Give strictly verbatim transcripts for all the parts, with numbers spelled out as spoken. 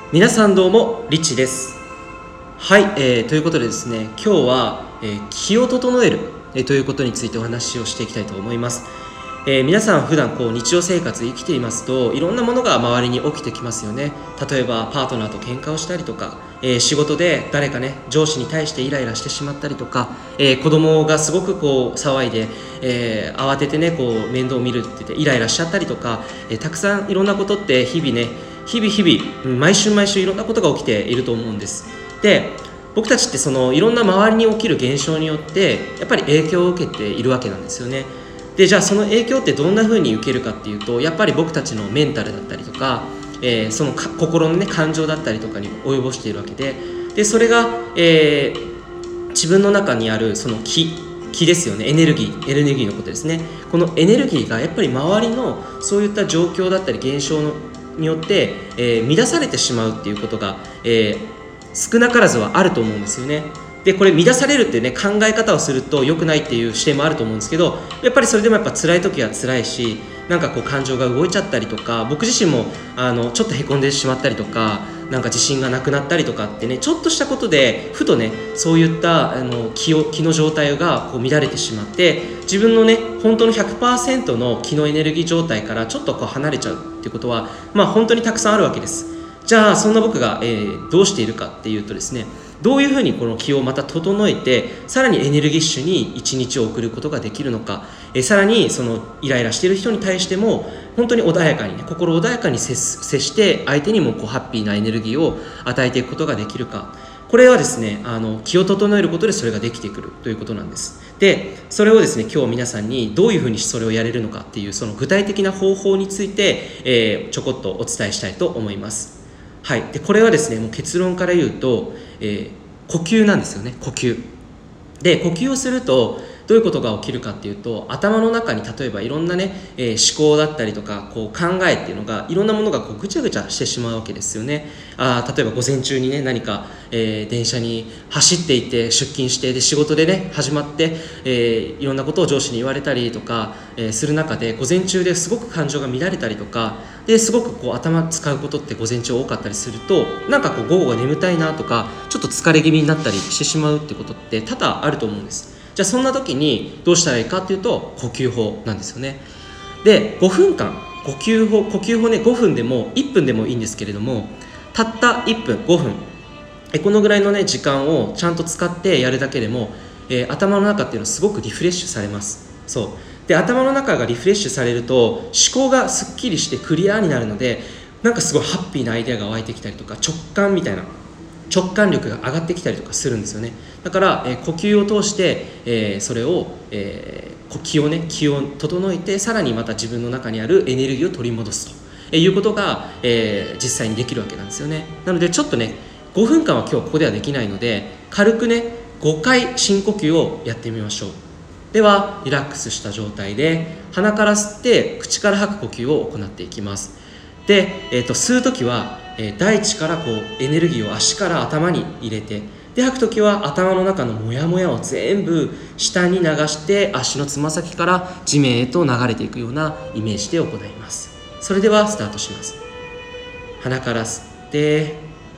皆さんどうもリッチです。はい、えー、ということでですね、今日は、えー、気を整える、えー、ということについてお話をしていきたいと思います。えー、皆さん普段こう日常生活生きていますと、いろんなものが周りに起きてきますよね。例えばパートナーと喧嘩をしたりとか、えー、仕事で誰かね上司に対してイライラしてしまったりとか、えー、子供がすごくこう騒いで、えー、慌ててねこう面倒を見るって言ってイライラしちゃったりとか、えー、たくさんいろんなことって日々ね日々日々毎週毎週いろんなことが起きていると思うんです。で、僕たちってそのいろんな周りに起きる現象によってやっぱり影響を受けているわけなんですよね。で、じゃあその影響ってどんな風に受けるかっていうと、やっぱり僕たちのメンタルだったりとか、えー、その心のね感情だったりとかに及ぼしているわけで、でそれが、えー、自分の中にあるその気気ですよね。エネルギーエネルギーのことですね。このエネルギーがやっぱり周りのそういった状況だったり現象のによって、えー、乱されてしまうっていうことが、えー、少なからずはあると思うんですよね。でこれ乱されるっていうね考え方をすると良くないっていう視点もあると思うんですけど、やっぱりそれでもやっぱ辛い時は辛いし、なんかこう感情が動いちゃったりとか、僕自身もあのちょっとへこんでしまったりとか、なんか自信がなくなったりとかってね、ちょっとしたことでふとねそういったあの気を気の状態がこう乱れてしまって、自分のね本当の ひゃくパーセント の気のエネルギー状態からちょっとこう離れちゃうっていうことはまあ本当にたくさんあるわけです。じゃあそんな僕が、えー、どうしているかっていうとですね、どういうふうにこの気をまた整えてさらにエネルギッシュに一日を送ることができるのか、えさらにそのイライラしている人に対しても本当に穏やかにね心穏やかに接接して相手にもこうハッピーなエネルギーを与えていくことができるか、これはですねあの気を整えることでそれができてくるということなんです。でそれをですね今日皆さんにどういうふうにそれをやれるのかっていうその具体的な方法について、えー、ちょこっとお伝えしたいと思います。はい、でこれはですねもう結論から言うと、えー、呼吸なんですよね。呼吸で呼吸をするとどういうことが起きるかっていうと、頭の中に例えばいろんなね、えー、思考だったりとかこう考えっていうのがいろんなものがこうぐちゃぐちゃしてしまうわけですよね。あ例えば午前中にね何か、えー、電車に走っていて出勤してで仕事でね始まって、えー、いろんなことを上司に言われたりとか、えー、する中で午前中ですごく感情が乱れたりとかですごくこう頭使うことって午前中多かったりすると、なんかこう午後が眠たいなとかちょっと疲れ気味になったりしてしまうってことって多々あると思うんです。じゃあそんな時にどうしたらいいかっていうと呼吸法なんですよね。でごふんかん呼吸法呼吸法ねごふんでもいっぷんでもいいんですけれども、たったいっぷんごふんえこのぐらいのね時間をちゃんと使ってやるだけでも、えー、頭の中っていうのはすごくリフレッシュされます。そうで頭の中がリフレッシュされると思考がすっきりしてクリアになるので、なんかすごいハッピーなアイデアが湧いてきたりとか直感みたいな直感力が上がってきたりとかするんですよね。だから、えー、呼吸を通して、えー、それを、えー、気をね気を整えてさらにまた自分の中にあるエネルギーを取り戻すと、えー、いうことが、えー、実際にできるわけなんですよね。なのでちょっとねごふんかんは今日ここではできないので軽くねごかい深呼吸をやってみましょう。ではリラックスした状態で鼻から吸って口から吐く呼吸を行っていきます。で、えー、と吸うときは、えー、大地からこうエネルギーを足から頭に入れて、で吐くときは頭の中のモヤモヤを全部下に流して足のつま先から地面へと流れていくようなイメージで行います。それではスタートします。鼻から吸って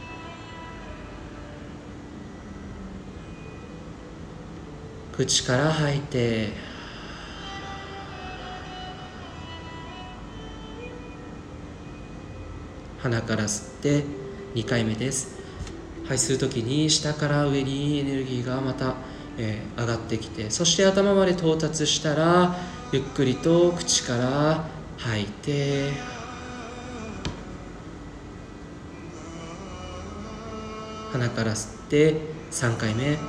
口から吐いて、鼻から吸ってにかいめです。はい、吸うときに下から上にエネルギーがまた、えー、上がってきて、そして頭まで到達したらゆっくりと口から吐いて、鼻から吸ってさんかいめ、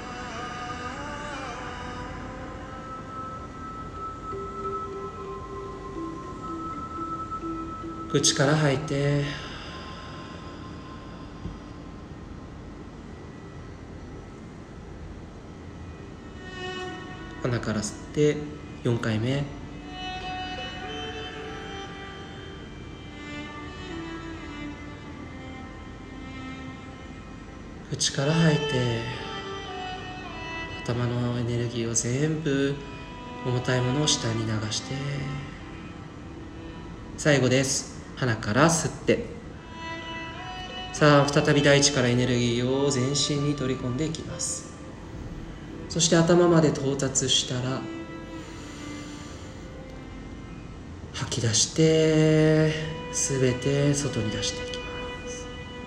口から吐いて、鼻から吸ってよんかいめ、口から吐いて頭のエネルギーを全部重たいものを下に流して、最後です。鼻から吸ってさあ再び大地からエネルギーを全身に取り込んでいきます。そして頭まで到達したら吐き出してすべて外に出していきます。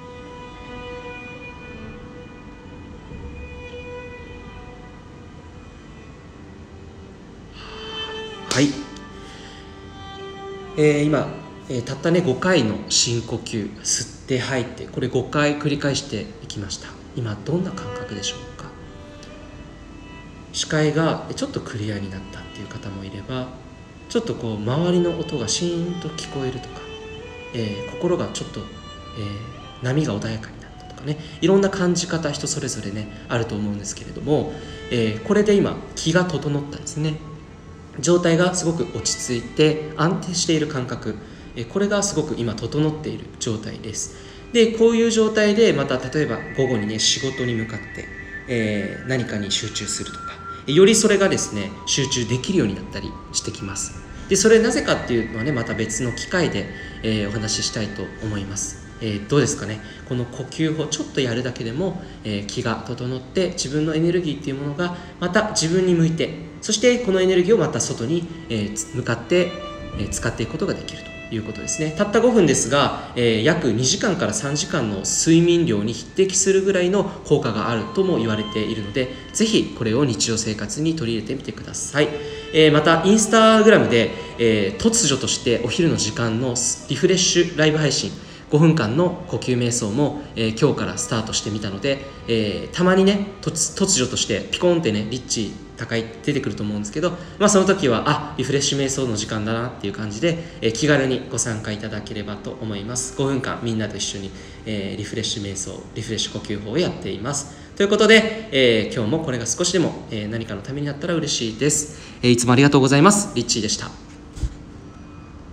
はい、えー、今、えー、たったねごかいの深呼吸、吸って吐いて、これごかい繰り返していきました。今どんな感覚でしょうか。視界がちょっとクリアになったっていう方もいれば、ちょっとこう周りの音がシーンと聞こえるとか、えー、心がちょっと、えー、波が穏やかになったとかね、いろんな感じ方人それぞれねあると思うんですけれども、えー、これで今気が整ったんですね。状態がすごく落ち着いて安定している感覚、えー、これがすごく今整っている状態です。でこういう状態でまた例えば午後にね仕事に向かって、えー、何かに集中するとか、よりそれがですね集中できるようになったりしてきます。でそれなぜかっていうのはね、また別の機会で、えー、お話ししたいと思います。えー、どうですかね、この呼吸法ちょっとやるだけでも、えー、気が整って自分のエネルギーっていうものがまた自分に向いて、そしてこのエネルギーをまた外に、えー、向かって、えー、使っていくことができるということですね。たったごふんですが、えー、約にじかんからさんじかんの睡眠量に匹敵するぐらいの効果があるとも言われているので、ぜひこれを日常生活に取り入れてみてください。えー、またインスタグラムで、えー、突如としてお昼の時間のリフレッシュライブ配信ごふんかんの呼吸瞑想も、えー、今日からスタートしてみたので、えー、たまにね 突, 突如としてピコンってねリッチ高い出てくると思うんですけど、まあ、その時はあリフレッシュ瞑想の時間だなっていう感じで、えー、気軽にご参加いただければと思います。ごふんかんみんなと一緒に、えー、リフレッシュ瞑想リフレッシュ呼吸法をやっています。ということで、えー、今日もこれが少しでも、えー、何かのためになったら嬉しいです。えー、いつもありがとうございます。リッチーでした。